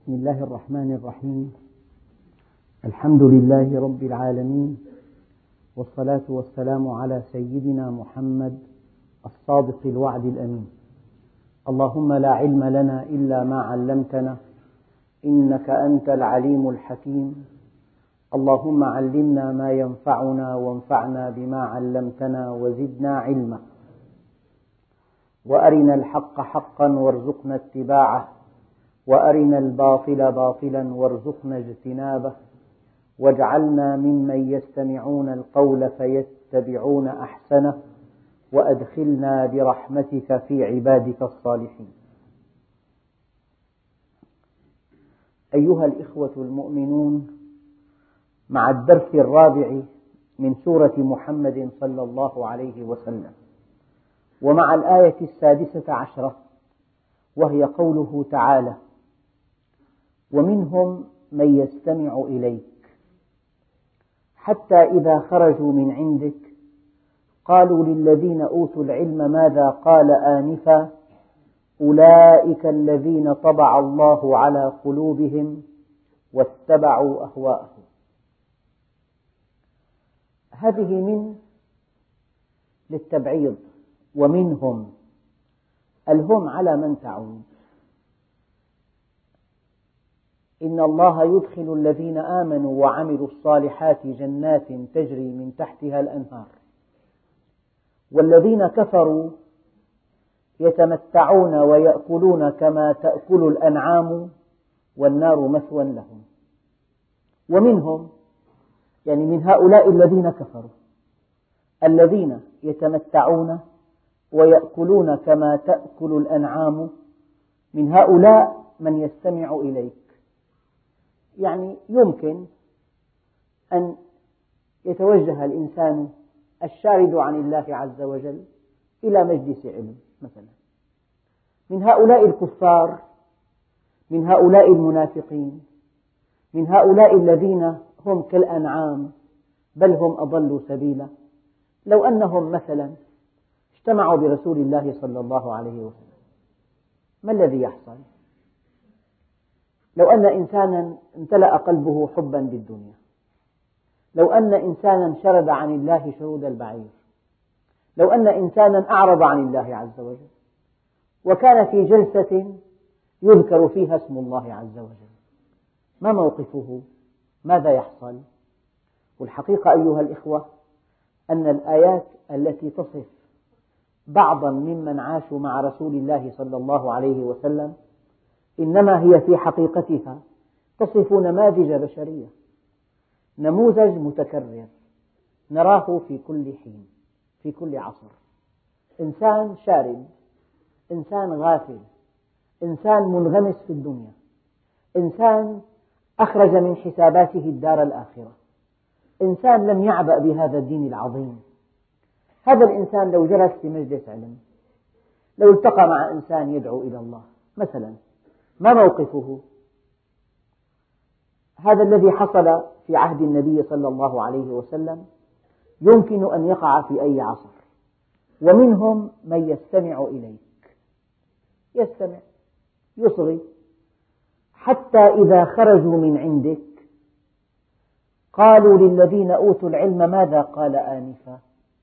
بسم الله الرحمن الرحيم. الحمد لله رب العالمين، والصلاة والسلام على سيدنا محمد الصادق الوعد الأمين. اللهم لا علم لنا إلا ما علمتنا إنك أنت العليم الحكيم. اللهم علمنا ما ينفعنا وانفعنا بما علمتنا وزدنا علما، وأرنا الحق حقا وارزقنا اتباعه، وأرنا الباطل باطلا وارزقنا اجتنابه، واجعلنا ممن يستمعون القول فيتبعون أحسنه، وأدخلنا برحمتك في عبادك الصالحين. أيها الإخوة المؤمنون، مع الدرس الرابع من سورة محمد صلى الله عليه وسلم، ومع الآية 16 وهي قوله تعالى: ومنهم من يستمع إليك حتى إذا خرجوا من عندك قالوا للذين أوتوا العلم ماذا قال آنفا أولئك الذين طبع الله على قلوبهم واتبعوا أهواءهم. هذه من للتبعيض، ومنهم الهم على من تعود. إن الله يدخل الذين آمنوا وعملوا الصالحات جنات تجري من تحتها الأنهار، والذين كفروا يتمتعون ويأكلون كما تأكل الأنعام والنار مثوى لهم. ومنهم يعني من هؤلاء الذين كفروا الذين يتمتعون ويأكلون كما تأكل الأنعام، من هؤلاء من يستمع إليك. يعني يمكن أن يتوجه الإنسان الشارد عن الله عز وجل إلى مجلس علم مثلا، من هؤلاء الكفار، من هؤلاء المنافقين، من هؤلاء الذين هم كالأنعام بل هم أضلوا سبيلا. لو أنهم مثلا اجتمعوا برسول الله صلى الله عليه وسلم، ما الذي يحصل؟ لو أن إنسانا امتلأ قلبه حبا بالدنيا، لو أن إنسانا شرد عن الله شرود البعير، لو أن إنسانا أعرض عن الله عز وجل وكان في جلسة يذكر فيها اسم الله عز وجل، ما موقفه؟ ماذا يحصل؟ والحقيقة أيها الإخوة أن الآيات التي تصف بعضا ممن عاشوا مع رسول الله صلى الله عليه وسلم إنما هي في حقيقتها تصف نماذج بشرية، نموذج متكرر نراه في كل حين في كل عصر. إنسان شارد، إنسان غافل، إنسان منغمس في الدنيا، إنسان أخرج من حساباته الدار الآخرة، إنسان لم يعبأ بهذا الدين العظيم. هذا الإنسان لو جلس في مجلس علم، لو التقى مع إنسان يدعو إلى الله مثلا، ما موقفه؟ هذا الذي حصل في عهد النبي صلى الله عليه وسلم يمكن أن يقع في أي عصر. ومنهم من يستمع إليك، يستمع يصغي، حتى إذا خرجوا من عندك قالوا للذين أوتوا العلم ماذا قال آنفا.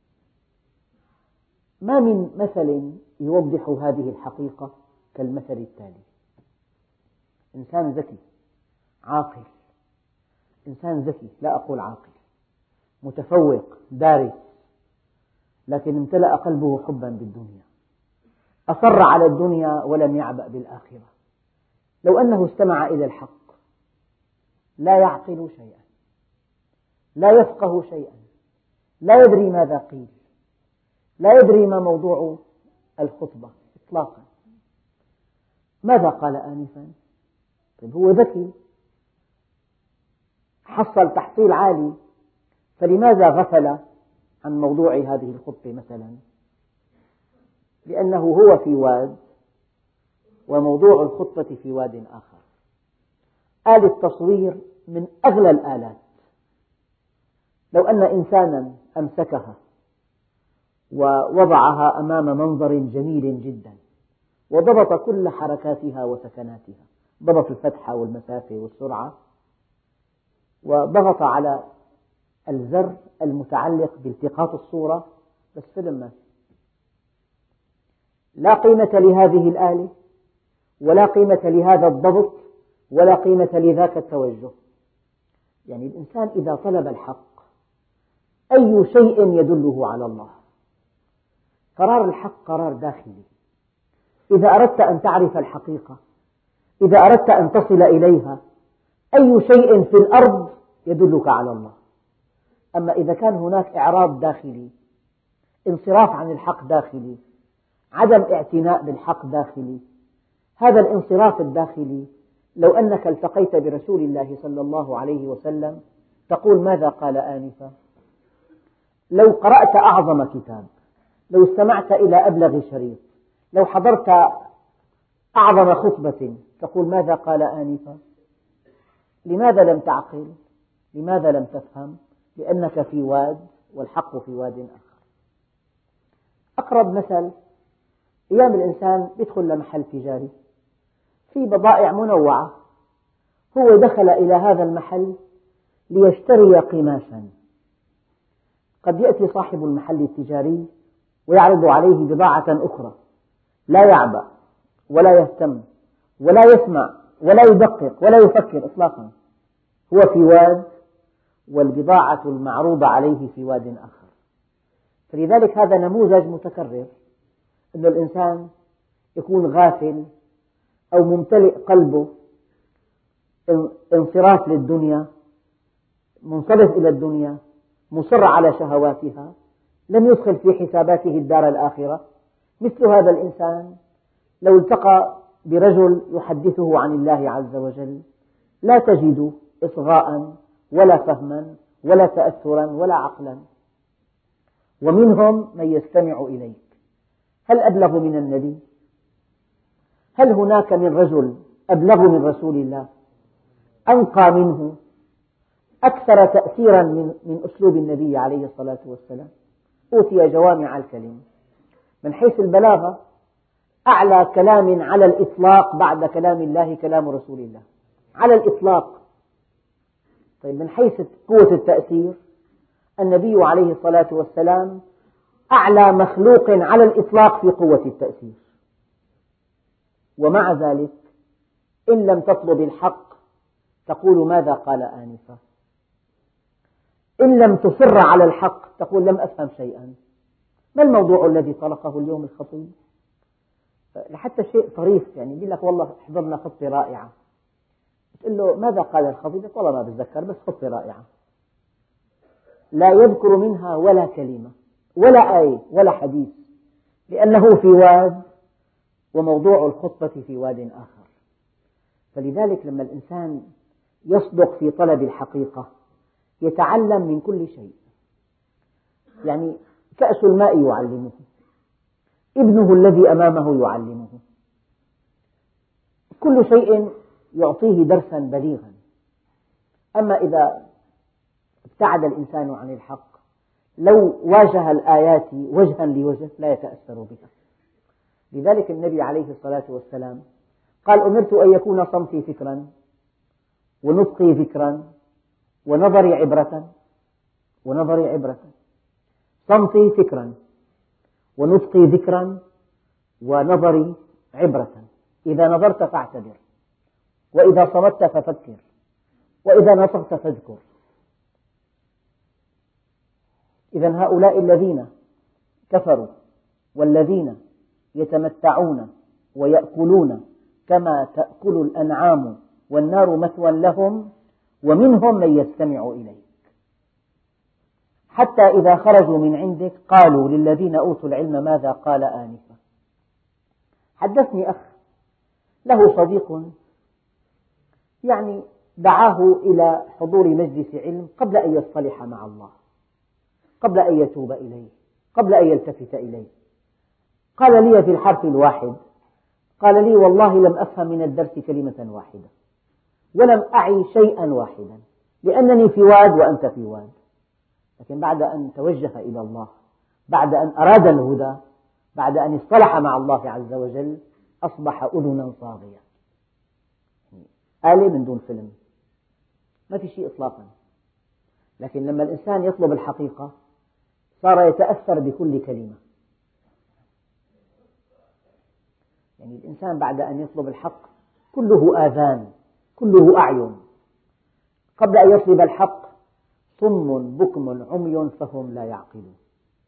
ما من مثل يوضح هذه الحقيقة كالمثل التالي: إنسان ذكي عاقل، إنسان ذكي لا أقول عاقل، متفوق دارس، لكن امتلأ قلبه حبا بالدنيا، أصر على الدنيا ولم يعبأ بالآخرة. لو أنه استمع إلى الحق لا يعقل شيئا، لا يفقه شيئا، لا يدري ماذا قيل، لا يدري ما موضوع الخطبة إطلاقا. ماذا قال آنفا؟ هو ذكي، حصل تحصيل عالي، فلماذا غفل عن موضوع هذه الخطبة مثلا؟ لأنه هو في واد وموضوع الخطبة في واد آخر. آلة تصوير من أغلى الآلات، لو أن إنسانا أمسكها ووضعها أمام منظر جميل جدا وضبط كل حركاتها وسكناتها ضبط الفتحة والمسافة والسرعة، وضغط على الزر المتعلق بالتقاط الصورة، بس فيلم ما في. لا قيمة لهذه الآلة، ولا قيمة لهذا الضبط، ولا قيمة لذاك التوجه. يعني الإنسان إذا طلب الحق أي شيء يدله على الله. قرار الحق قرار داخلي. إذا أردت أن تعرف الحقيقة، إذا أردت أن تصل إليها، أي شيء في الأرض يدلك على الله. أما إذا كان هناك إعراض داخلي، انصراف عن الحق داخلي، عدم اعتناء بالحق داخلي، هذا الانصراف الداخلي لو أنك التقيت برسول الله صلى الله عليه وسلم تقول ماذا قال آنفا؟ لو قرأت أعظم كتاب، لو استمعت إلى أبلغ شريط، لو حضرت أعظم خطبة، تقول ماذا قال آنفا؟ لماذا لم تعقل؟ لماذا لم تفهم؟ لأنك في واد والحق في واد آخر. أقرب مثل، أيام الإنسان يدخل لمحل تجاري في بضائع منوعة، هو دخل إلى هذا المحل ليشتري قماشا، قد يأتي صاحب المحل التجاري ويعرض عليه بضاعة أخرى، لا يعبأ ولا يهتم ولا يسمع ولا يدقق ولا يفكر إطلاقا، هو في واد والبضاعة المعروضة عليه في واد آخر. فلذلك هذا نموذج متكرر، أن الإنسان يكون غافل أو ممتلئ قلبه انصراف للدنيا، منصرف إلى الدنيا، مصر على شهواتها، لم يدخل في حساباته الدار الآخرة. مثل هذا الإنسان لو التقى برجل يحدثه عن الله عز وجل لا تجد إصغاء ولا فهما ولا تأثرا ولا عقلا. ومنهم من يستمع إليك. هل أبلغ من النبي؟ هل هناك من رجل أبلغ من رسول الله؟ أنقى منه؟ أكثر تأثيرا من أسلوب النبي عليه الصلاة والسلام؟ أوتي جوامع الكلم. من حيث البلاغة أعلى كلام على الإطلاق بعد كلام الله كلام رسول الله على الإطلاق. طيب من حيث قوة التأثير، النبي عليه الصلاة والسلام أعلى مخلوق على الإطلاق في قوة التأثير، ومع ذلك إن لم تطلب الحق تقول ماذا قال آنفا؟ إن لم تصر على الحق تقول لم أفهم شيئا. ما الموضوع الذي طرقه اليوم الخطيب؟ لحتى شيء طريف، يعني يقول لك والله حضرنا خطبة رائعة، تقول له ماذا قال الخطيب؟ والله ما بتذكر، بس خطبة رائعة، لا يذكر منها ولا كلمة ولا آية ولا حديث، لأنه في واد وموضوع الخطبة في واد آخر. فلذلك لما الإنسان يصدق في طلب الحقيقة يتعلم من كل شيء. يعني كأس الماء يعلمه، ابنه الذي أمامه يعلمه، كل شيء يعطيه درسا بليغا. أما إذا ابتعد الإنسان عن الحق لو واجه الآيات وجها لوجه لا يتأثر بها. لذلك النبي عليه الصلاة والسلام قال أمرت أن يكون صمتي فكرا ونطقي ذكرا ونظري عبرة. صمتي فكرا ونطقي ذكرا ونظري عبرة. إذا نظرت فاعتبر، وإذا صمت ففكر، وإذا نطقت فاذكر. إذن هؤلاء الذين كفروا والذين يتمتعون ويأكلون كما تأكل الأنعام والنار مثوى لهم، ومنهم من يستمع إليك حتى إذا خرجوا من عندك قالوا للذين أوتوا العلم ماذا قال آنفا. حدثني أخ له صديق يعني دعاه إلى حضور مجلس علم قبل أن يصطلح مع الله، قبل أن يتوب إليه، قبل أن يلتفت إليه. قال لي في الحرف الواحد، قال لي والله لم أفهم من الدرس كلمة واحدة ولم أعي شيئا واحدا، لأنني في واد وأنت في واد. لكن بعد أن توجه إلى الله، بعد أن أراد الهدى، بعد أن اصطلح مع الله عز وجل، أصبح أذنا صاغية. آلة من دون فيلم، ما في شيء إطلاقا. لكن لما الإنسان يطلب الحقيقة صار يتأثر بكل كلمة. يعني الإنسان بعد أن يطلب الحق كله آذان، كله أعين. قبل أن يطلب الحق صم بكم عمي فهم لا يعقلون.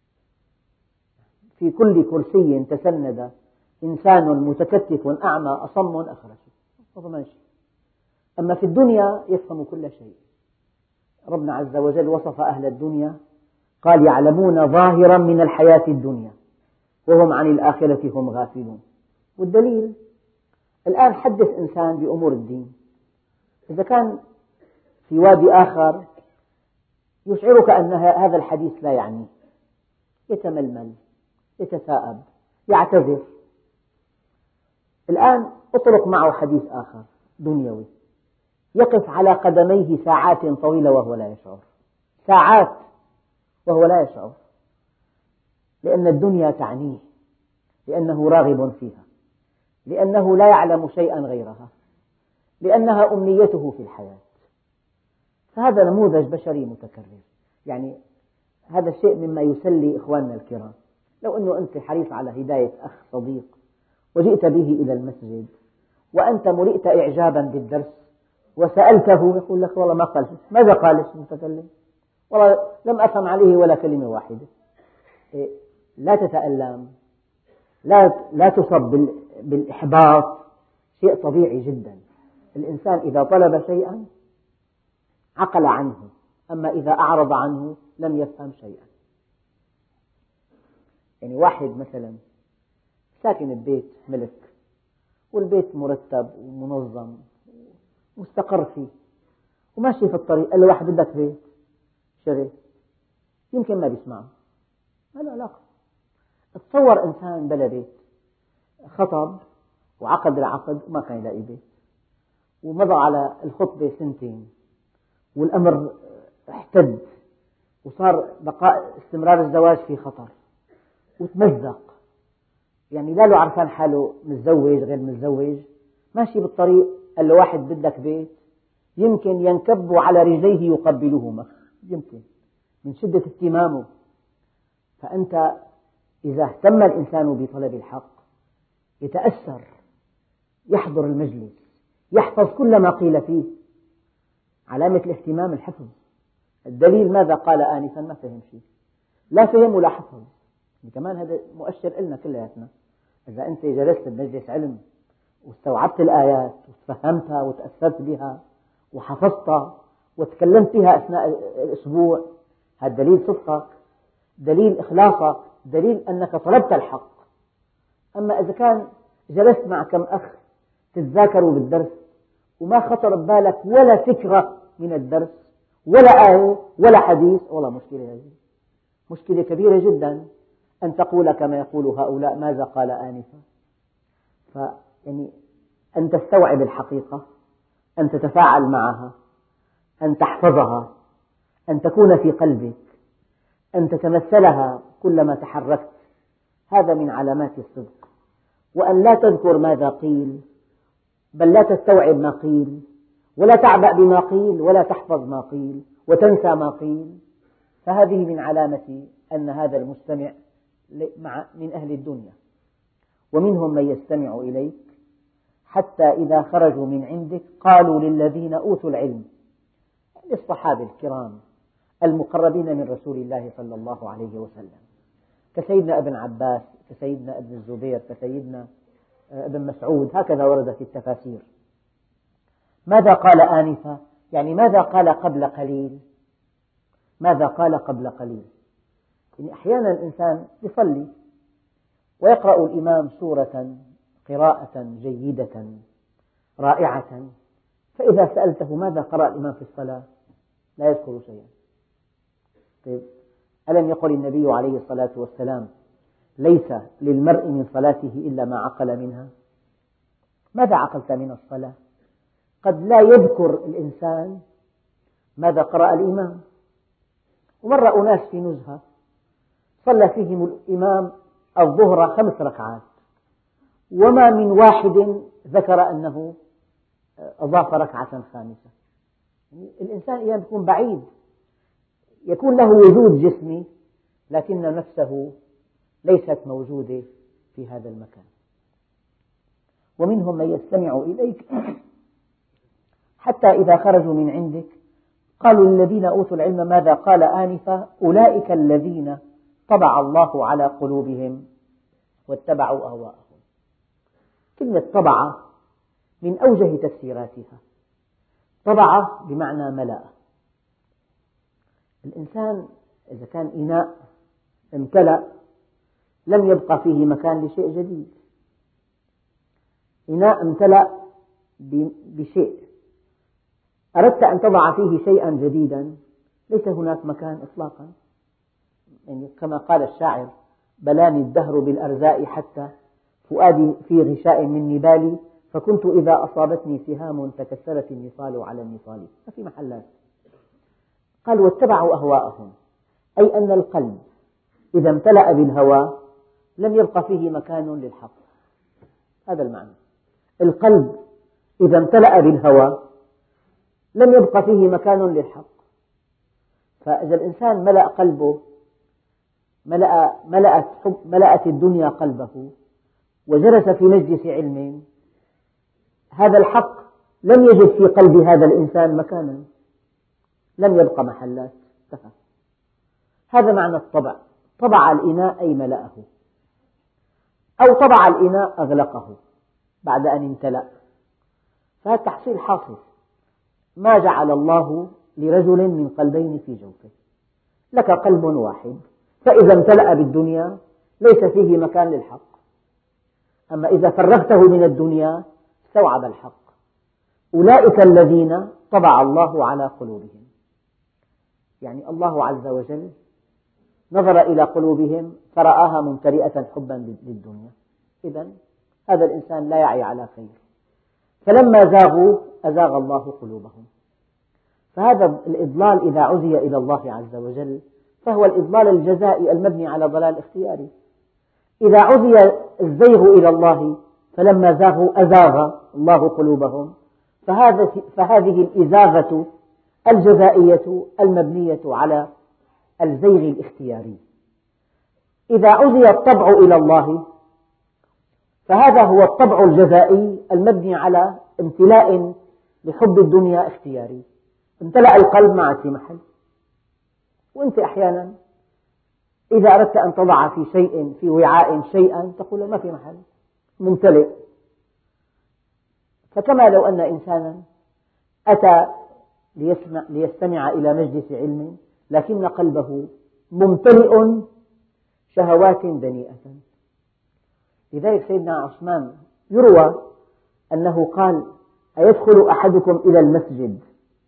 في كل كرسي تسند إنسان متكتف أعمى أصم أخرس، هذا ماشي. أما في الدنيا يفهم كل شيء. ربنا عز وجل وصف أهل الدنيا قال يعلمون ظاهرا من الحياة الدنيا وهم عن الآخرة هم غافلون. والدليل الآن حدث إنسان بأمور الدين، إذا كان في وادي آخر يشعرك أن هذا الحديث لا يعنيه، يتململ، يتثاءب، يعتذر. الآن أطرق معه حديث آخر دنيوي، يقف على قدميه ساعات طويلة وهو لا يشعر، ساعات وهو لا يشعر، لأن الدنيا تعنيه، لأنه راغب فيها، لأنه لا يعلم شيئا غيرها، لأنها أمنيته في الحياة. فهذا نموذج بشري متكرر. يعني هذا الشيء مما يسلي إخواننا الكرام. لو أنه أنت حريص على هداية أخ صديق وجئت به إلى المسجد وأنت ملئت إعجابا بالدرس وسألته يقول لك والله ما قال شيء. ماذا قال المتكلم؟ والله لم أفهم عليه ولا كلمة واحدة. لا تتألم، لا تصب بالإحباط، شيء طبيعي جدا. الإنسان إذا طلب شيئا عقل عنه، أما إذا أعرض عنه لم يفهم شيئا. يعني واحد مثلا ساكن ببيت ملك والبيت مرتب ومنظم مستقر فيه، وماشي في الطريق قال له واحد بدك بيت شري، يمكن ما بيسمعه، ما له علاقة. تصور إنسان بلا بيت، خطب وعقد العقد وما كان يلاقي بيت، ومضى على الخطبة سنتين والأمر احتد وصار بقاء استمرار الزواج في خطر وتمزق. يعني لا له عرفان حاله متزوج غير متزوج، ماشي بالطريق قال له واحد بدك بيت، يمكن ينكب على رجليه يقبلهما، يمكن من شدة اهتمامه. فأنت إذا اهتم الإنسان بطلب الحق يتأثر، يحضر المجلس، يحفظ كل ما قيل فيه. علامة الاهتمام الحفظ. الدليل ماذا قال آنفا؟ ما فهم شيء، لا فهم ولا حفظ. كمان هذا مؤشر لنا كلياتنا. إذا أنت جلست بمجلس علم واستوعبت الآيات وفهمتها وتأثرت بها وحفظتها وتكلمت بها أثناء الأسبوع، هذا دليل صدقك، دليل إخلاصك، دليل أنك طلبت الحق. أما إذا كان جلست مع كم أخ تتذاكروا بالدرس وما خطر ببالك ولا فكرة من الدرس ولا آية ولا حديث، والله مشكلة هذه، مشكلة كبيرة جدا. أن تقول كما يقول هؤلاء ماذا قال آنفا. يعني أن تستوعب الحقيقة، أن تتفاعل معها، أن تحفظها، أن تكون في قلبك، أن تتمثلها كلما تحركت، هذا من علامات الصدق. وأن لا تذكر ماذا قيل، بل لا تستوعب ما قيل، ولا تعبأ بما قيل، ولا تحفظ ما قيل، وتنسى ما قيل. فهذه من علامة أن هذا المستمع من أهل الدنيا. ومنهم من يستمع إليك حتى إذا خرجوا من عندك قالوا للذين أوتوا العلم، للصحابة الكرام المقربين من رسول الله صلى الله عليه وسلم، كسيدنا ابن عباس، كسيدنا ابن الزبير، كسيدنا ابن مسعود، هكذا ورد في التفاسير. ماذا قال آنفا؟ يعني ماذا قال قبل قليل؟ ماذا قال قبل قليل؟ يعني أحيانا الإنسان يصلي ويقرأ الإمام سورة قراءة جيدة رائعة، فإذا سألته ماذا قرأ الإمام في الصلاة لا يذكر شيئا. طيب، ألم يقل النبي عليه الصلاة والسلام ليس للمرء من صلاته إلا ما عقل منها؟ ماذا عقلت من الصلاة؟ قد لا يذكر الإنسان ماذا قرأ الإمام. ومر أناس في نزهة صلى فيهم الإمام الظهر 5 ركعات وما من واحد ذكر أنه أضاف ركعة خامسة. يعني الإنسان أحيانا يكون بعيد، يكون له وجود جسمي لكن نفسه ليست موجودة في هذا المكان. ومنهم من يستمع إليك حتى إذا خرجوا من عندك قالوا للذين أوتوا العلم ماذا قال آنفا أولئك الذين طبع الله على قلوبهم واتبعوا أهواءهم. كلمة طبع من أوجه تفسيراتها. طبع بمعنى ملأ. الإنسان إذا كان إناء امتلأ لم يبقى فيه مكان لشيء جديد. إناء امتلأ بشيء، أردت أن تضع فيه شيئا جديدا ليس هناك مكان إطلاقا. يعني كما قال الشاعر: بلاني الدهر بالأرزاء حتى فؤادي في غشاء من نبالي، فكنت إذا أصابتني سهام تكسرت النصال على النصال. ما في محلات. قال: واتبعوا أهواءهم، أي أن القلب إذا امتلأ بالهوى لم يبق فيه مكان للحق. هذا المعنى. القلب إذا امتلأ بالهوى لم يبق فيه مكان للحق. فإذا الإنسان ملأ قلبه، ملأت الدنيا قلبه وجلس في مجلس علم، هذا الحق لم يجد في قلب هذا الإنسان مكانا، لم يبق محلات. هذا معنى الطبع. طبع الإناء أي ملأه، أو طبع الإناء أغلقه بعد أن امتلأ. فهذا تحصيل حاصل. ما جعل الله لرجل من قلبين في جوفه، لك قلب واحد، فإذا امتلأ بالدنيا ليس فيه مكان للحق. أما إذا فرغته من الدنيا استوعب الحق. أولئك الذين طبع الله على قلوبهم، يعني الله عز وجل نظر إلى قلوبهم فرآها ممتلئة حبا للدنيا. إذن هذا الإنسان لا يعي على خير، فلما زاغوا أزاغ الله قلوبهم. فهذا الإضلال إذا عزي إلى الله عز وجل فهو الإضلال الجزائي المبني على ضلال اختياري. إذا عزي الزيغ إلى الله فلما زاغوا أزاغ الله قلوبهم، فهذه الإزاغة الجزائية المبنية على الزيغ الاختياري. إذا عزي الطبع إلى الله فهذا هو الطبع الجزائي المبني على امتلاء لحب الدنيا اختياري. امتلأ القلب ما عاد في محل. وأنت أحيانا إذا أردت أن تضع في شيء، في وعاء شيئا، تقول ما في محل، ممتلئ. فكما لو أن إنسانا أتى ليستمع إلى مجلس علم لكن قلبه ممتلئ شهوات دنيئة. لذلك سيدنا عثمان يروى أنه قال: أيدخل أحدكم إلى المسجد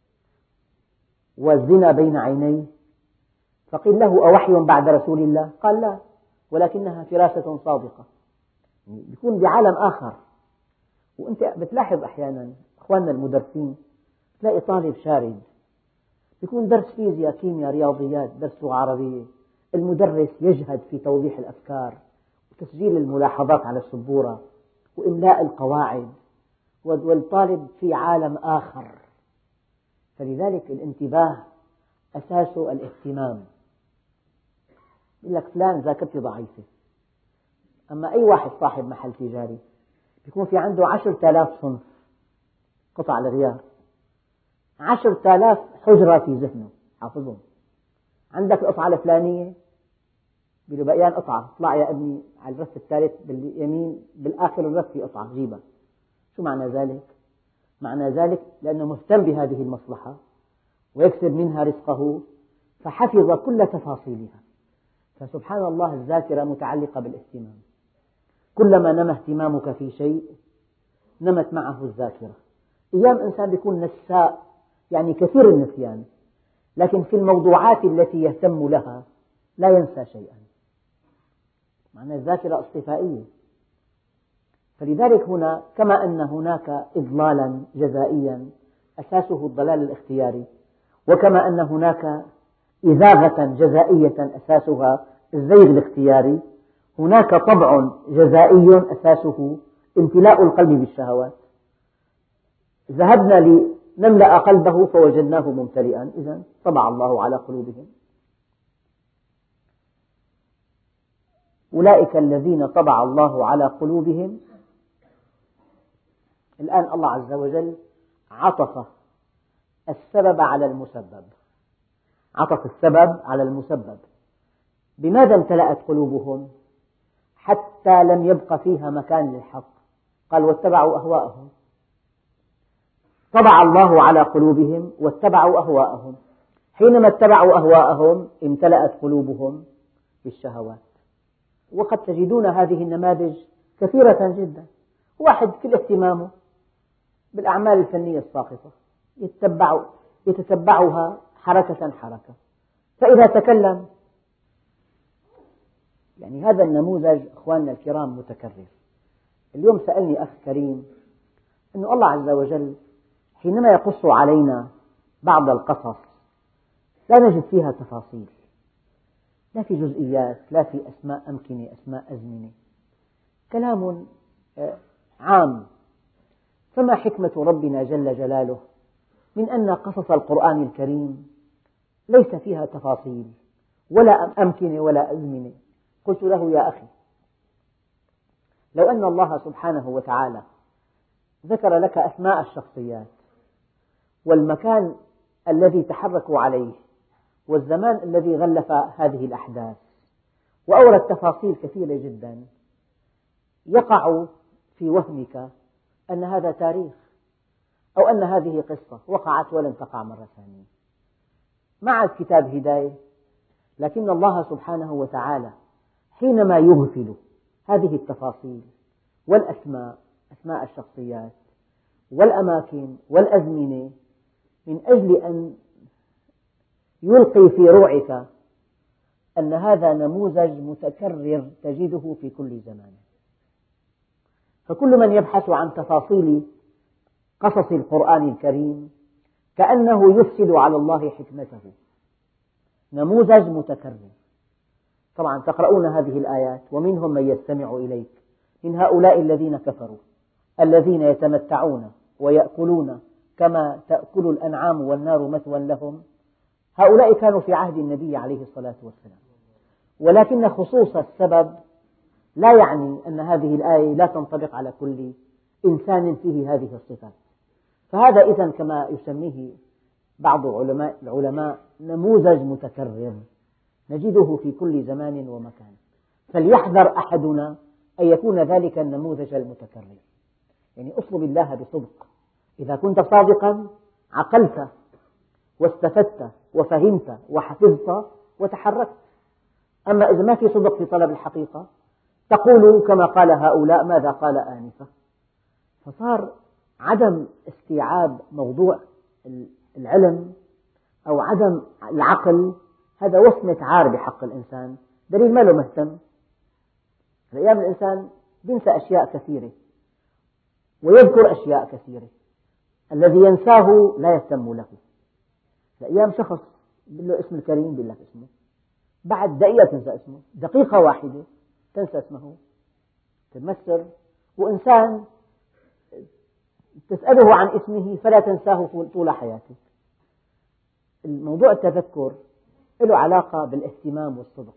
والزنا بين عينيه؟ فقيل له: أوحي بعد رسول الله؟ قال: لا، ولكنها فراسة صادقة. يكون بعالم آخر. وأنت بتلاحظ أحيانا أخواننا المدرسين، تلاقي طالب شارد يكون درس فيزياء كيمياء رياضيات درس لغة عربية، المدرس يجهد في توضيح الأفكار وتسجيل الملاحظات على السبورة وإملاء القواعد، والطالب في عالم آخر. فلذلك الانتباه أساسه الاهتمام. يقول لك فلان ذاكرته ضعيفة. أما أي واحد صاحب محل تجاري يكون في عنده 10,000 صنف قطع الغيار، 10,000 حجرة في ذهنه حافظهم. عندك القطعة الفلانية، بيقول له بقيان قطعة، اطلع يا ابني على الرف الثالث باليمين بالآخر الرف في قطعة جيبها. شو معنى ذلك؟ معنى ذلك لأنه مهتم بهذه المصلحة ويكسب منها رزقه، فحفظ كل تفاصيلها. فسبحان الله الذاكرة متعلقة بالاهتمام. كلما نمى اهتمامك في شيء نمت معه الذاكرة. أيام إنسان يكون نساء، يعني كثير النسيان، لكن في الموضوعات التي يهتم لها لا ينسى شيئا. معنى الذاكرة اصطفائية. فلذلك هنا كما أن هناك إضلالا جزائيا أساسه الضلال الاختياري، وكما أن هناك إزاغة جزائية أساسها الزيغ الاختياري، هناك طبع جزائي أساسه امتلاء القلب بالشهوات. ذهبنا لنملأ قلبه فوجدناه ممتلئا، إذن طبع الله على قلوبهم. أولئك الذين طبع الله على قلوبهم. الآن الله عز وجل عطف السبب على المسبب، عطف السبب على المسبب. بماذا امتلأت قلوبهم؟ حتى لم يبق فيها مكان للحق، قال واتبعوا أهواءهم. طبع الله على قلوبهم واتبعوا أهواءهم. حينما اتبعوا أهواءهم امتلأت قلوبهم بالشهوات. وقد تجدون هذه النماذج كثيرة جدا. واحد كل اهتمامه بالأعمال الفنية الساقطة، يتتبعها حركة حركة، فإذا تكلم، يعني هذا النموذج أخواننا الكرام متكرر. اليوم سألني أخ كريم أن الله عز وجل حينما يقص علينا بعض القصص لا نجد فيها تفاصيل، لا في جزئيات، لا في أسماء أمكنة، أسماء أزمنة، كلام عام. فما حكمة ربنا جل جلاله من أن قصص القرآن الكريم ليس فيها تفاصيل ولا أمكنة ولا أزمنة؟ قلت له يا أخي، لو أن الله سبحانه وتعالى ذكر لك أسماء الشخصيات والمكان الذي تحركوا عليه والزمان الذي غلف هذه الأحداث وأورد تفاصيل كثيرة جدا، يقع في وهمك أن هذا تاريخ أو أن هذه قصة وقعت ولن تقع مرة ثانية. ما عاد كتاب هداية، لكن الله سبحانه وتعالى حينما يغفل هذه التفاصيل والأسماء، أسماء الشخصيات والأماكن والأزمنة، من أجل أن يلقي في روعك أن هذا نموذج متكرر تجده في كل زمان. فكل من يبحث عن تفاصيل قصص القرآن الكريم كأنه يفسد على الله حكمته. نموذج متكرر. طبعا تقرؤون هذه الآيات ومنهم من يستمع إليك من هؤلاء الذين كفروا الذين يتمتعون ويأكلون كما تأكل الأنعام والنار مثوى لهم. هؤلاء كانوا في عهد النبي عليه الصلاة والسلام، ولكن خصوص السبب لا يعني أن هذه الآية لا تنطبق على كل إنسان فيه هذه الصفات. فهذا إذن كما يسميه بعض العلماء نموذج متكرر نجده في كل زمان ومكان. فليحذر أحدنا أن يكون ذلك النموذج المتكرر. يعني أطلب الله بصدق. إذا كنت صادقا عقلت واستفدت وفهمت وحفظت وتحركت. أما إذا ما في صدق في طلب الحقيقة تقول كما قال هؤلاء ماذا قال آنفا. فصار عدم استيعاب موضوع العلم أو عدم العقل هذا وصمة عار بحق الإنسان، دليل ما له مهتم. الأيام الإنسان ينسى أشياء كثيرة ويذكر أشياء كثيرة، الذي ينساه لا يهتم له. الأيام شخص يقول له اسم الكريم يقول لك اسمه، بعد دقيقة تنسى اسمه، دقيقة واحدة تنسى اسمه، تتمثل. وإنسان تسأله عن اسمه فلا تنساه طول حياتك. الموضوع التذكر له علاقة بالاهتمام والصدق.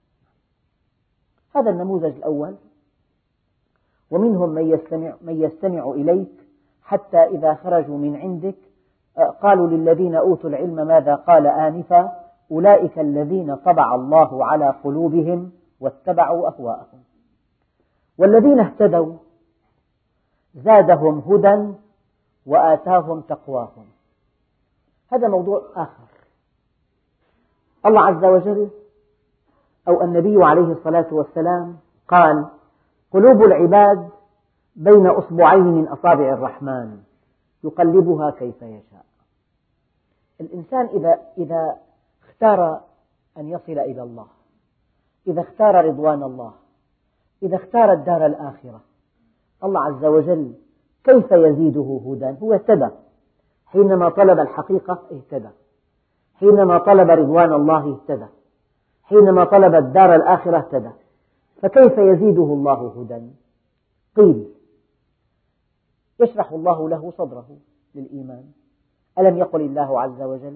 هذا النموذج الأول. ومنهم من يستمع إليك حتى إذا خرجوا من عندك قالوا للذين أوتوا العلم ماذا قال آنفا أولئك الذين طبع الله على قلوبهم واتبعوا أهواءهم. والذين اهتدوا زادهم هدى وآتاهم تقواهم. هذا موضوع آخر. الله عز وجل أو النبي عليه الصلاة والسلام قال قلوب العباد بين أصبعين من أصابع الرحمن يقلبها كيف يشاء. الإنسان إذا اختار أن يصل إلى الله، إذا اختار رضوان الله، إذا اختار الدار الآخرة، الله عز وجل كيف يزيده هدى؟ هو اهتدى. حينما طلب الحقيقة اهتدى، حينما طلب رضوان الله اهتدى، حينما طلب الدار الآخرة اهتدى. فكيف يزيده الله هدى؟ قيل يشرح الله له صدره للإيمان. ألم يقل الله عز وجل: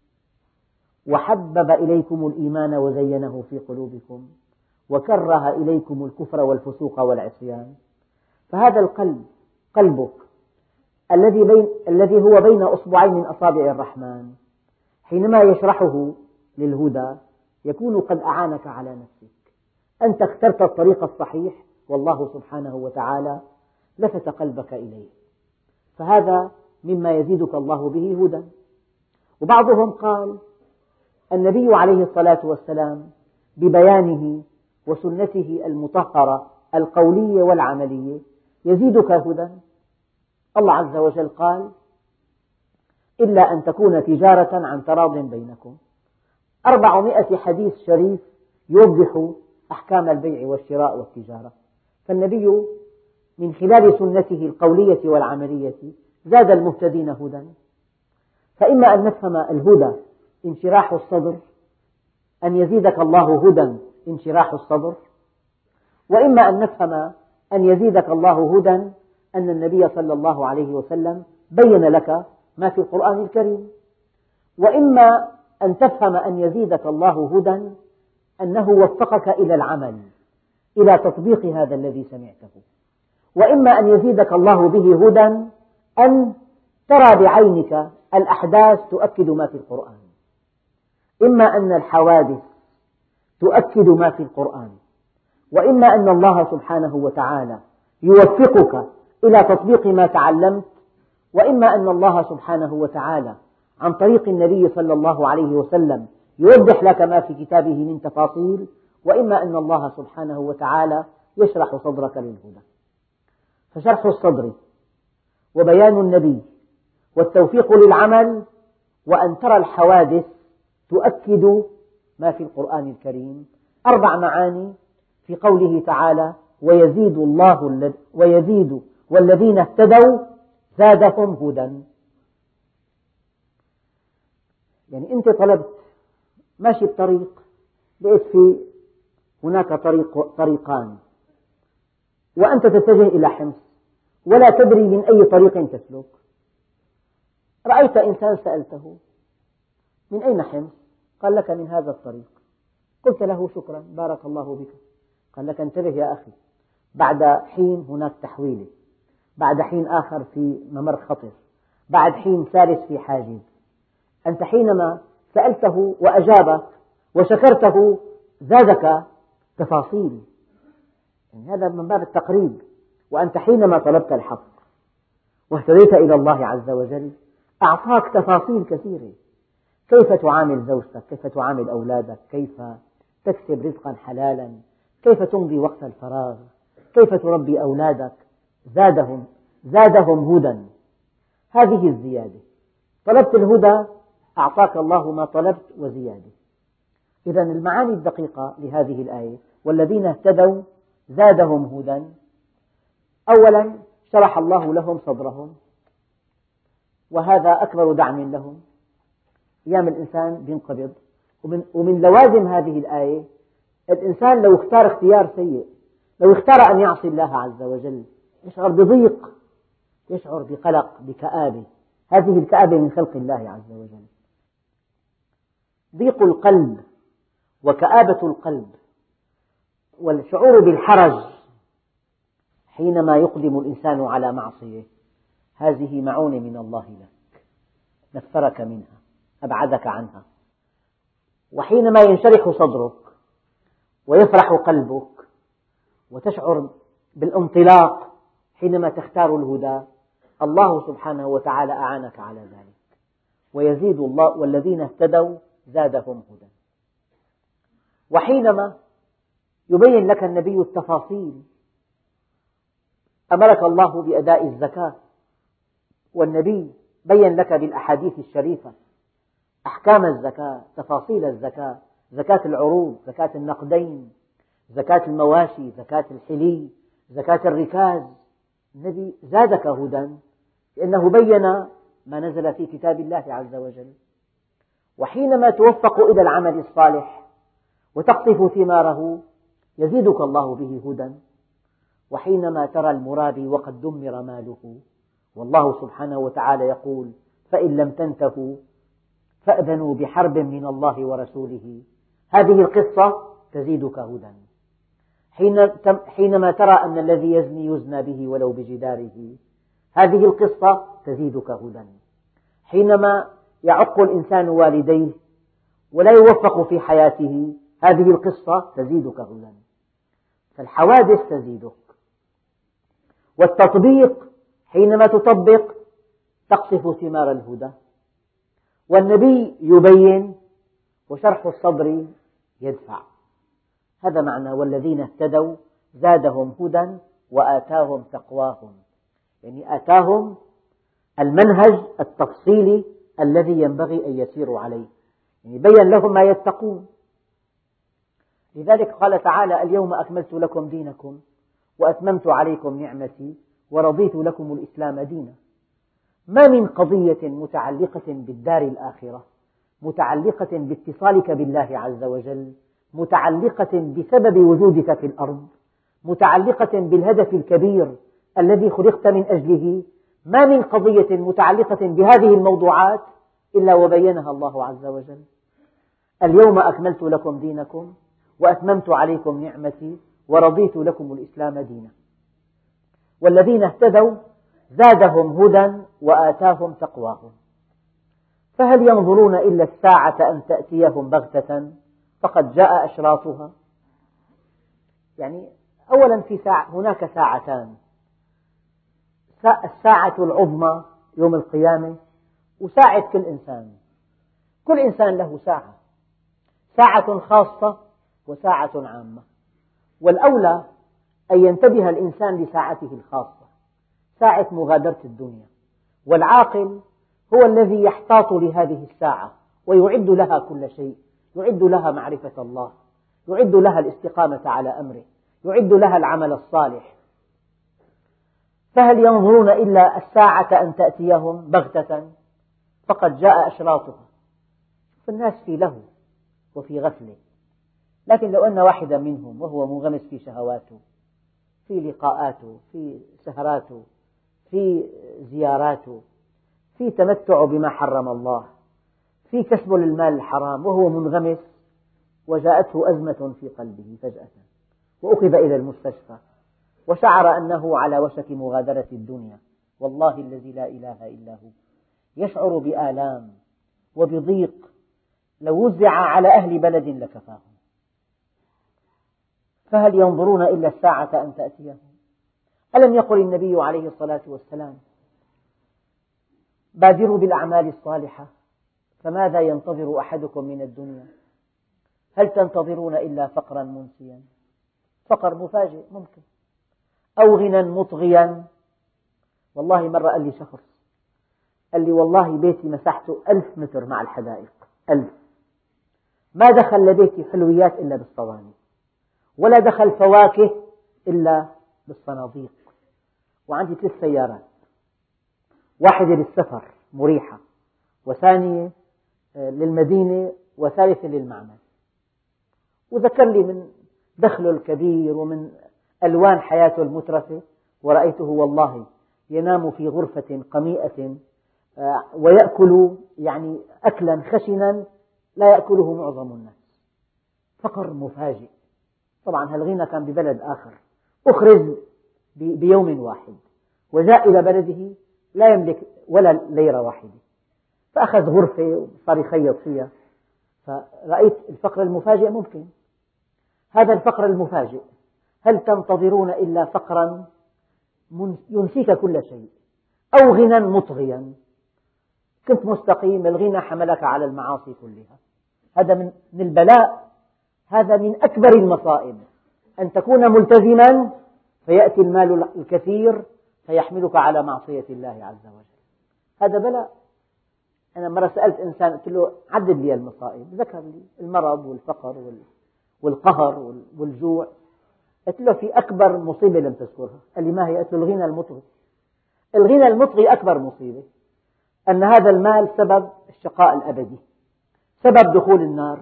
وحبب إليكم الإيمان وزينه في قلوبكم وكره إليكم الكفر والفسوق والعصيان. فهذا القلب، قلبك الذي هو بين أصبعين من أصابع الرحمن، حينما يشرحه للهدى يكون قد أعانك على نفسك. أنت اخترت الطريق الصحيح والله سبحانه وتعالى لفت قلبك إليه، فهذا مما يزيدك الله به هدى. وبعضهم قال: النبي عليه الصلاة والسلام ببيانه وسنته المطهرة القولية والعملية يزيدك هدى. الله عز وجل قال: إلا أن تكون تجارة عن تراض بينكم. 400 حديث شريف يوضح أحكام البيع والشراء والتجارة. فالنبي من خلال سنته القولية والعملية زاد المهتدين هدى. فإما أن نفهم الهدى انشراح الصدر، أن يزيدك الله هدى انشراح الصدر، وإما أن نفهم أن يزيدك الله هدى أن النبي صلى الله عليه وسلم بين لك ما في القرآن الكريم، وإما أن تفهم أن يزيدك الله هدى أنه وفقك إلى العمل، إلى تطبيق هذا الذي سمعته، وإما أن يزيدك الله به هدى أن ترى بعينك الأحداث تؤكد ما في القرآن. إما أن الحوادث تؤكد ما في القرآن، وإما أن الله سبحانه وتعالى يوفقك إلى تطبيق ما تعلمت، وإما أن الله سبحانه وتعالى عن طريق النبي صلى الله عليه وسلم يوضح لك ما في كتابه من تفاصيل، وإما أن الله سبحانه وتعالى يشرح صدرك للهدى. فشرح الصدر وبيان النبي والتوفيق للعمل، وأن ترى الحوادث تؤكد ما في القرآن الكريم، 4 معاني في قوله تعالى: ويزيد والذين اهتدوا زادهم هدى. يعني أنت طلبت، ماشي بطريق، لقيت في هناك طريقان، وأنت تتجه إلى حمص ولا تدري من أي طريق تسلك. رأيت إنسان سألته: من أين حمص؟ قال: لك من هذا الطريق. قلت له: شكرا، بارك الله بك. قال: لك انتبه يا أخي، بعد حين هناك تحويلة، بعد حين آخر في ممر خطر، بعد حين ثالث في حاجز. أنت حينما سألته وأجابك وشكرته زادك تفاصيل، يعني هذا من باب التقريب. وأنت حينما طلبت الحق واهتديت إلى الله عز وجل أعطاك تفاصيل كثيرة: كيف تعامل زوجتك، كيف تعامل أولادك، كيف تكسب رزقا حلالا، كيف تمضي وقت الفراغ، كيف تربي أولادك. زادهم هدى. هذه الزيادة. طلبت الهدى أعطاك الله ما طلبت وزيادة. إذا المعاني الدقيقة لهذه الآية: والذين اهتدوا زادهم هدى. أولا شرح الله لهم صدرهم، وهذا أكبر دعم لهم. أيام الإنسان بينقبض، ومن لوازم هذه الآية الإنسان لو اختار اختيار سيء، لو اختار أن يعصي الله عز وجل، يشعر بضيق، يشعر بقلق، بكآبة. هذه الكآبة من خلق الله عز وجل. ضيق القلب وكآبة القلب والشعور بالحرج حينما يقدم الإنسان على معصية، هذه معونة من الله لك، نفرك منها، أبعدك عنها. وحينما ينشرح صدرك ويفرح قلبك وتشعر بالانطلاق حينما تختار الهدى، الله سبحانه وتعالى أعانك على ذلك. ويزيد الله والذين اهتدوا زادهم هدى. وحينما يبين لك النبي التفاصيل، أمرك الله بأداء الزكاة، والنبي بين لك بالأحاديث الشريفة أحكام الزكاة، تفاصيل الزكاة، زكاة العروض، زكاة النقدين، زكاة المواشي، زكاة الحلي، زكاة الركاز. النبي زادك هدى لأنه بين ما نزل في كتاب الله عز وجل. وحينما توفق إلى العمل الصالح وتقطف ثماره يزيدك الله به هدى. وحينما ترى المرابي وقد دمر ماله والله سبحانه وتعالى يقول: فإن لم تنتهوا فأذنوا بحرب من الله ورسوله. هذه القصة تزيدك هدى. حينما ترى أن الذي يزني يزنى به ولو بجداره، هذه القصة تزيدك هدى. حينما يعق الإنسان والديه ولا يوفق في حياته، هذه القصة تزيدك هدى. فالحوادث تزيدك، والتطبيق حينما تطبق تقصف ثمار الهدى. والنبي يبين وشرح الصدر يدفع. هذا معنى والذين اهتدوا زادهم هدى وآتاهم تقواهم، يعني آتاهم المنهج التفصيلي الذي ينبغي أن يسيروا عليه، يعني بين لهم ما يتقون. لذلك قال تعالى: اليوم أكملت لكم دينكم وأتممت عليكم نعمتي ورضيت لكم الإسلام دينا. ما من قضية متعلقة بالدار الآخرة، متعلقة باتصالك بالله عز وجل، متعلقة بسبب وجودك في الأرض، متعلقة بالهدف الكبير الذي خلقت من أجله، ما من قضية متعلقة بهذه الموضوعات إلا وبينها الله عز وجل. اليوم أكملت لكم دينكم وأتممت عليكم نعمتي ورضيت لكم الإسلام دينا. والذين اهتدوا زادهم هدى وآتاهم تقواهم. فهل ينظرون إلا الساعة أن تأتيهم بغتة فقد جاء أشراطها. يعني أولا هناك ساعتان: الساعة العظمى يوم القيامة، وساعة كل إنسان. كل إنسان له ساعة خاصة وساعة عامة، والأولى أن ينتبه الإنسان لساعته الخاصة، ساعة مغادرة الدنيا. والعاقل هو الذي يحتاط لهذه الساعة ويعد لها كل شيء، يعد لها معرفة الله، يعد لها الاستقامة على أمره، يعد لها العمل الصالح. فهل ينظرون إلا الساعة أن تأتيهم بغتة فقد جاء أشراطها. فالناس في لهو وفي غفلة، لكن لو أن واحدا منهم وهو منغمس في شهواته، في لقاءاته، في سهراته، في زياراته، في تمتع بما حرم الله، في كسب للمال الحرام، وهو منغمس وجاءته أزمة في قلبه فجأة وأخذ إلى المستشفى وشعر أنه على وشك مغادرة الدنيا، والله الذي لا إله إلا هو يشعر بآلام وبضيق لو وزع على أهل بلد لكفاهم. فهل ينظرون إلا الساعة أن تأتيهم؟ ألم يقل النبي عليه الصلاة والسلام: بادروا بالأعمال الصالحة فماذا ينتظر أحدكم من الدنيا؟ هل تنتظرون إلا فقرا منسيا، فقر مفاجئ ممكن، أو غنى مطغيا. والله مرة قال لي شخص، قال لي: والله بيتي مساحته 1000 متر مع الحدائق، 1000، ما دخل لبيتي حلويات إلا بالصواني، ولا دخل فواكه إلا بالصناديق، وعندي 3 سيارات، واحدة للسفر مريحة، وثانية للمدينة، وثالثة للمعمل. وذكر لي من دخله الكبير ومن ألوان حياته المترفة، ورأيته والله ينام في غرفة قميئة ويأكل يعني أكلا خشنا لا يأكله معظم الناس. فقر مفاجئ. طبعا هالغنى كان ببلد آخر، أخرج بيوم واحد وجاء إلى بلده لا يملك ولا ليرة واحدة، فأخذ غرفة وصار يخيط فيها. فرأيت الفقر المفاجئ ممكن. هذا الفقر المفاجئ، هل تنتظرون إلا فقرا ينسيك كل شيء، أو غنى مطغيا؟ كنت مستقيم، الغنى حملك على المعاصي كلها. هذا من البلاء، هذا من أكبر المصائب، أن تكون ملتزما فيأتي المال الكثير فيحملك على معصية الله عز وجل. هذا بلاء. أنا مرة سألت إنسان قلت له: عدد لي المصائب، ذكر لي المرض والفقر والقهر والجوع. قلت له: في أكبر مصيبة لم تذكرها. قال لي: ما هي؟ قلت له: الغنى المطغي. الغنى المطغي أكبر مصيبة، أن هذا المال سبب الشقاء الأبدي، سبب دخول النار.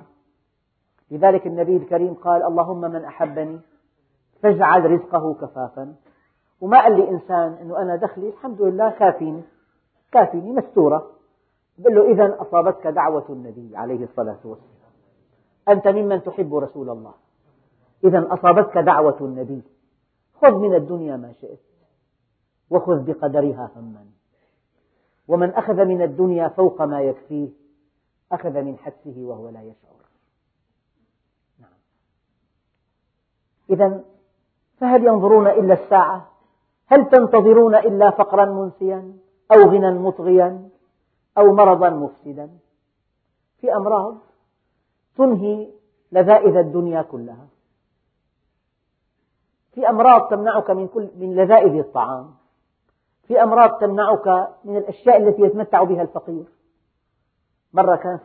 لذلك النبي الكريم قال: اللهم من أحبني فاجعل رزقه كفافا، وما قال لي إنسان أنه أنا دخلي الحمد لله كافيني مستورة. بقول له إذن أصابتك دعوة النبي عليه الصلاة والسلام، أنت ممن تحب رسول الله، إذن أصابتك دعوة النبي، خذ من الدنيا ما شئت وخذ بقدرها هما، ومن أخذ من الدنيا فوق ما يكفيه أخذ من حدسه وهو لا يشعر. نعم. إذن فهل ينظرون إلا الساعة؟ هل تنتظرون إلا فقرا منسيا أو غنى مطغيا أو مرضا مفسدا؟ في أمراض تنهي لذائذ الدنيا كلها، في أمراض تمنعك من لذائذ الطعام، في أمراض تمنعك من الأشياء التي يتمتع بها الفقير. مرة كان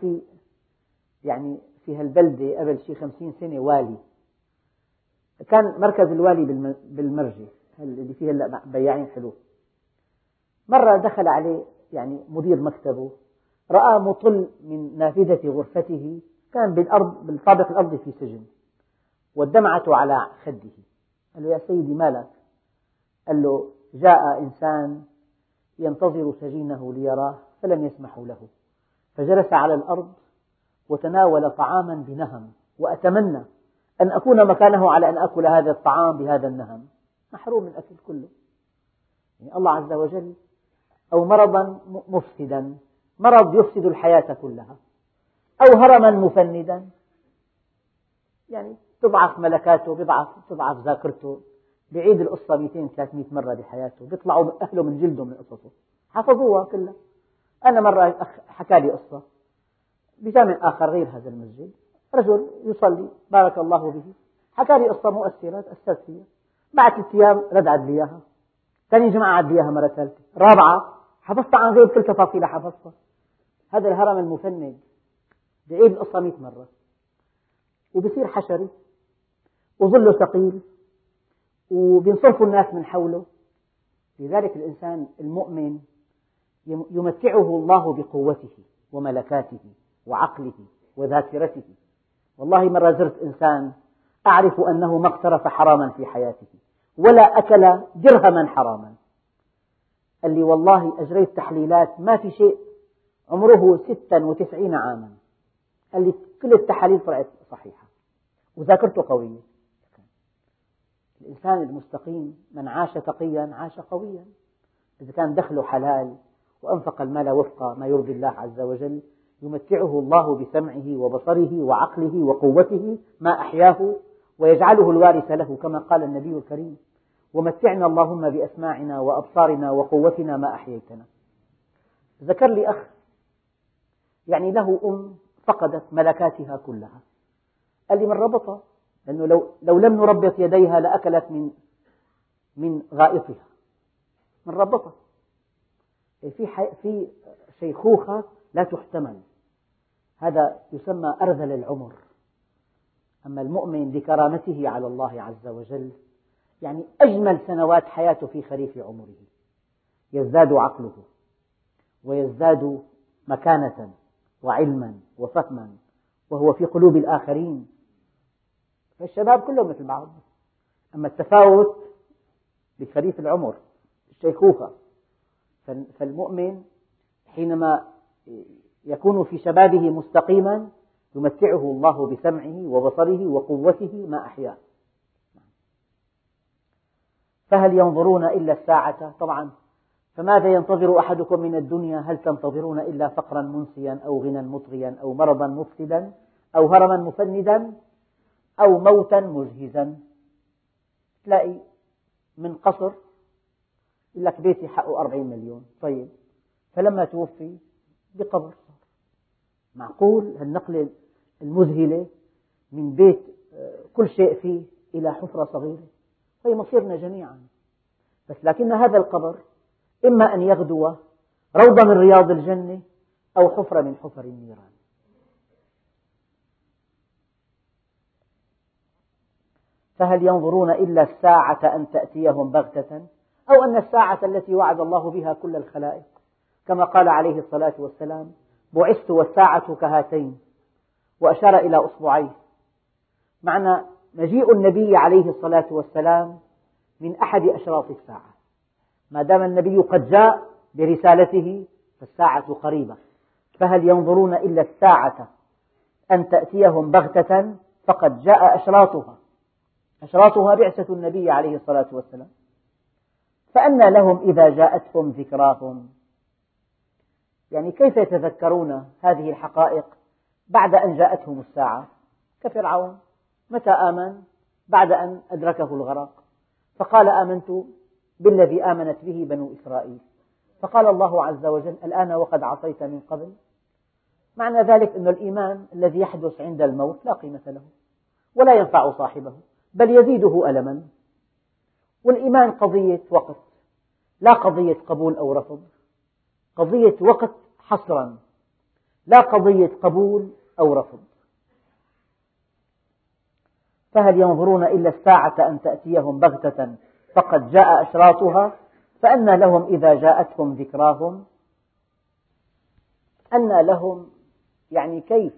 في هالبلدة قبل شي 50 سنة والي، كان مركز الوالي بالمرجي اللي فيه هلا بياعين حلو. مرة دخل عليه مدير مكتبه، رأى مطل من نافذة غرفته، كان بالطابق الأرضي في سجن والدمعة على خده. قال له: يا سيدي مالك؟ قال له: جاء إنسان ينتظر سجينه ليراه فلم يسمحوا له، فجلس على الأرض وتناول طعاما بنهم، وأتمنى أن أكون مكانه على أن أكل هذا الطعام بهذا النهم، محروم من الأكل كله. الله عز وجل أو مرضا مفسدا، مرض يفسد الحياة كلها، أو هرما مفندا، تضعف ملكاته، تضعف ذاكرته، بيعيد القصة 200-300 مرة بحياته، بيطلعوا أهله من جلده من قصصه، حفظوها كلها. أنا مرة حكى لي قصة بجامع آخر غير هذا المسجد، رجل يصلي بارك الله به، حكى لي قصة مؤثرة تأثرت فيها، بعد 3 أيام رد عد لي إياها، ثاني جمعة عد لي إياها مرة ثالثة رابعة، حفظتها عن غير كل تفاصيلها حفظتها. هذا الهرم المفند بيعيد القصة 100 مرة، وبصير حشري وظله ثقيل وبينصرفوا الناس من حوله. لذلك الإنسان المؤمن يمتعه الله بقوته وملكاته وعقله وذاكرته. والله مرة زرت إنسان أعرف أنه ما اقترف حراما في حياته ولا أكل درهما حراما، قال لي: والله أجريت تحليلات ما في شيء، عمره 96 عاما، قال لي كل التحاليل طلعت صحيحة وذاكرته قوية. الإنسان المستقيم من عاش تقيا عاش قويا، إذا كان دخله حلال وأنفق المال وفق ما يرضي الله عز وجل يمتعه الله بسمعه وبصره وعقله وقوته ما أحياه ويجعله الوارث له، كما قال النبي الكريم: ومتعنا اللهم بأسماعنا وأبصارنا وقوتنا ما أحييتنا. ذكر لي أخ له أم فقدت ملكاتها كلها، قال لي: من ربطها، لأنه لو لم نربط يديها لأكلت من غائطها، من ربطها. في شيخوخة لا تحتمل، هذا يسمى أرذل العمر. أما المؤمن لكرامته على الله عز وجل أجمل سنوات حياته في خريف عمره، يزداد عقله ويزداد مكانة وعلما وفهما وهو في قلوب الآخرين. فالشباب كلهم مثل بعض، أما التفاوت بخريف العمر الشيخوخة. فالمؤمن حينما يكون في شبابه مستقيما يمتعه الله بسمعه وبصره وقوته ما أحياه. فهل ينظرون إلا الساعة؟ طبعا، فماذا ينتظر أحدكم من الدنيا؟ هل تنتظرون إلا فقرا منسيا أو غنى مطغيا أو مرضا مفسدا أو هرما مفندا أو موتا مجهزا؟ تلاقي من قصر يقول لك بيتي حقه 40 مليون، طيب فلما توفي بقبر. معقول هالنقلة المذهلة من بيت كل شيء فيه إلى حفرة صغيرة؟ هي مصيرنا جميعا. بس لكن هذا القبر إما أن يغدو روضة من رياض الجنة أو حفرة من حفر النيران. فهل ينظرون إلا الساعة أن تأتيهم بغتة، أو أن الساعة التي وعد الله بها كل الخلائق، كما قال عليه الصلاة والسلام: بعثت والساعة كهاتين، وأشار إلى أصبعيه. معنى مجيء النبي عليه الصلاة والسلام من أحد أشراط الساعة. ما دام النبي قد جاء برسالته فالساعة قريبة. فهل ينظرون إلا الساعة أن تأتيهم بغتة فقد جاء أشراطها. أشراطها بعثة النبي عليه الصلاة والسلام. فأنى لهم إذا جاءتهم ذكراهم، يعني كيف يتذكرون هذه الحقائق بعد أن جاءتهم الساعة؟ كفرعون، متى آمن؟ بعد أن أدركه الغرق، فقال آمنت بالذي آمنت به بنو إسرائيل. فقال الله عز وجل الآن وقد عصيت من قبل. معنى ذلك أن الإيمان الذي يحدث عند الموت لا قيمة له ولا ينفع صاحبه، بل يزيده ألما. والإيمان قضية وقت، لا قضية قبول أو رفض، قضية وقت حصرا، لا قضية قبول أو رفض. فهل ينظرون إلا الساعة أن تأتيهم بغتة فقد جاء أشراطها فأنى لهم إذا جاءتهم ذكراهم. أنى لهم يعني كيف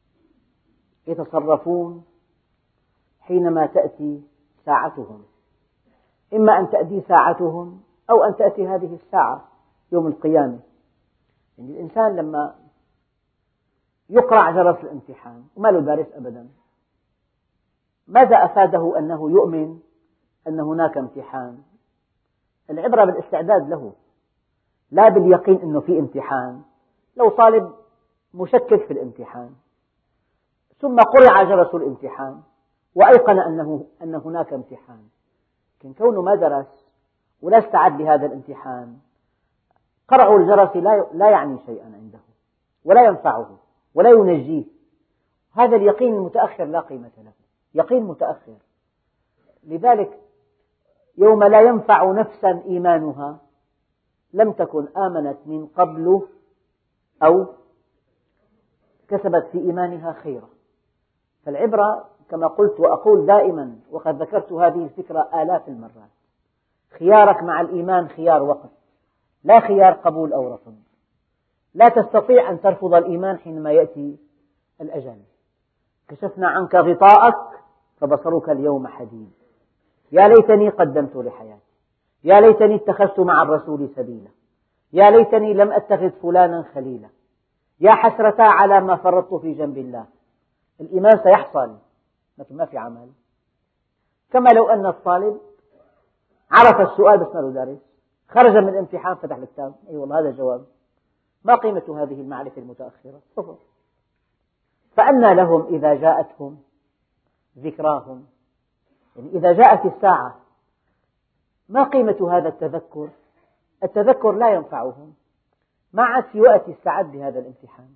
يتصرفون حينما تأتي ساعتهم. إما أن تأتي ساعتهم أو أن تأتي هذه الساعة يوم القيامة. يعني الإنسان لما يقرع جرس الامتحان وما له دارس أبدا، ماذا أفاده أنه يؤمن أن هناك امتحان؟ العبرة بالاستعداد له، لا باليقين أنه في امتحان. لو طالب مشكك في الامتحان ثم قرع جرس الامتحان وأيقن أن هناك امتحان، لكن كونه ما درس ولا استعد لهذا الامتحان، قرع الجرس لا يعني شيئا عنده ولا ينفعه ولا ينجيه. هذا اليقين المتأخر لا قيمة له، يقين متأخر. لذلك يوم لا ينفع نفسا إيمانها لم تكن آمنت من قبل أو كسبت في إيمانها خيرا. فالعبرة كما قلت وأقول دائما، وقد ذكرت هذه الفكرة آلاف المرات، خيارك مع الإيمان خيار وقت، لا خيار قبول أو رفض. لا تستطيع أن ترفض الإيمان حينما يأتي الأجل. كشفنا عنك غطاءك فبصرك اليوم حديد. يا ليتني قدمت لحياتي، يا ليتني اتخذت مع الرسول سبيلا، يا ليتني لم أتخذ فلانا خليلا، يا حسرة على ما فرطت في جنب الله. الإيمان سيحصل لكن ما في عمل. كما لو أن الطالب عرف السؤال بس ما له دارس، خرج من الامتحان فتح الكتاب أي والله هذا الجواب، ما قيمة هذه المعرفة المتأخرة؟ صفر. فأنى لهم إذا جاءتهم ذكراهم، يعني إذا جاءت الساعة ما قيمة هذا التذكر؟ التذكر لا ينفعهم، ما عاد في وقت يستعد لهذا الامتحان.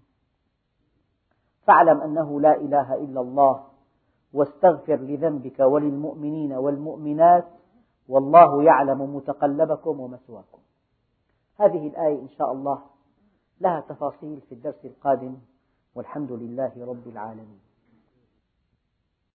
فاعلم أنه لا إله إلا الله واستغفر لذنبك وللمؤمنين والمؤمنات والله يعلم متقلبكم ومثواكم. هذه الآية إن شاء الله لها تفاصيل في الدرس القادم، والحمد لله رب العالمين.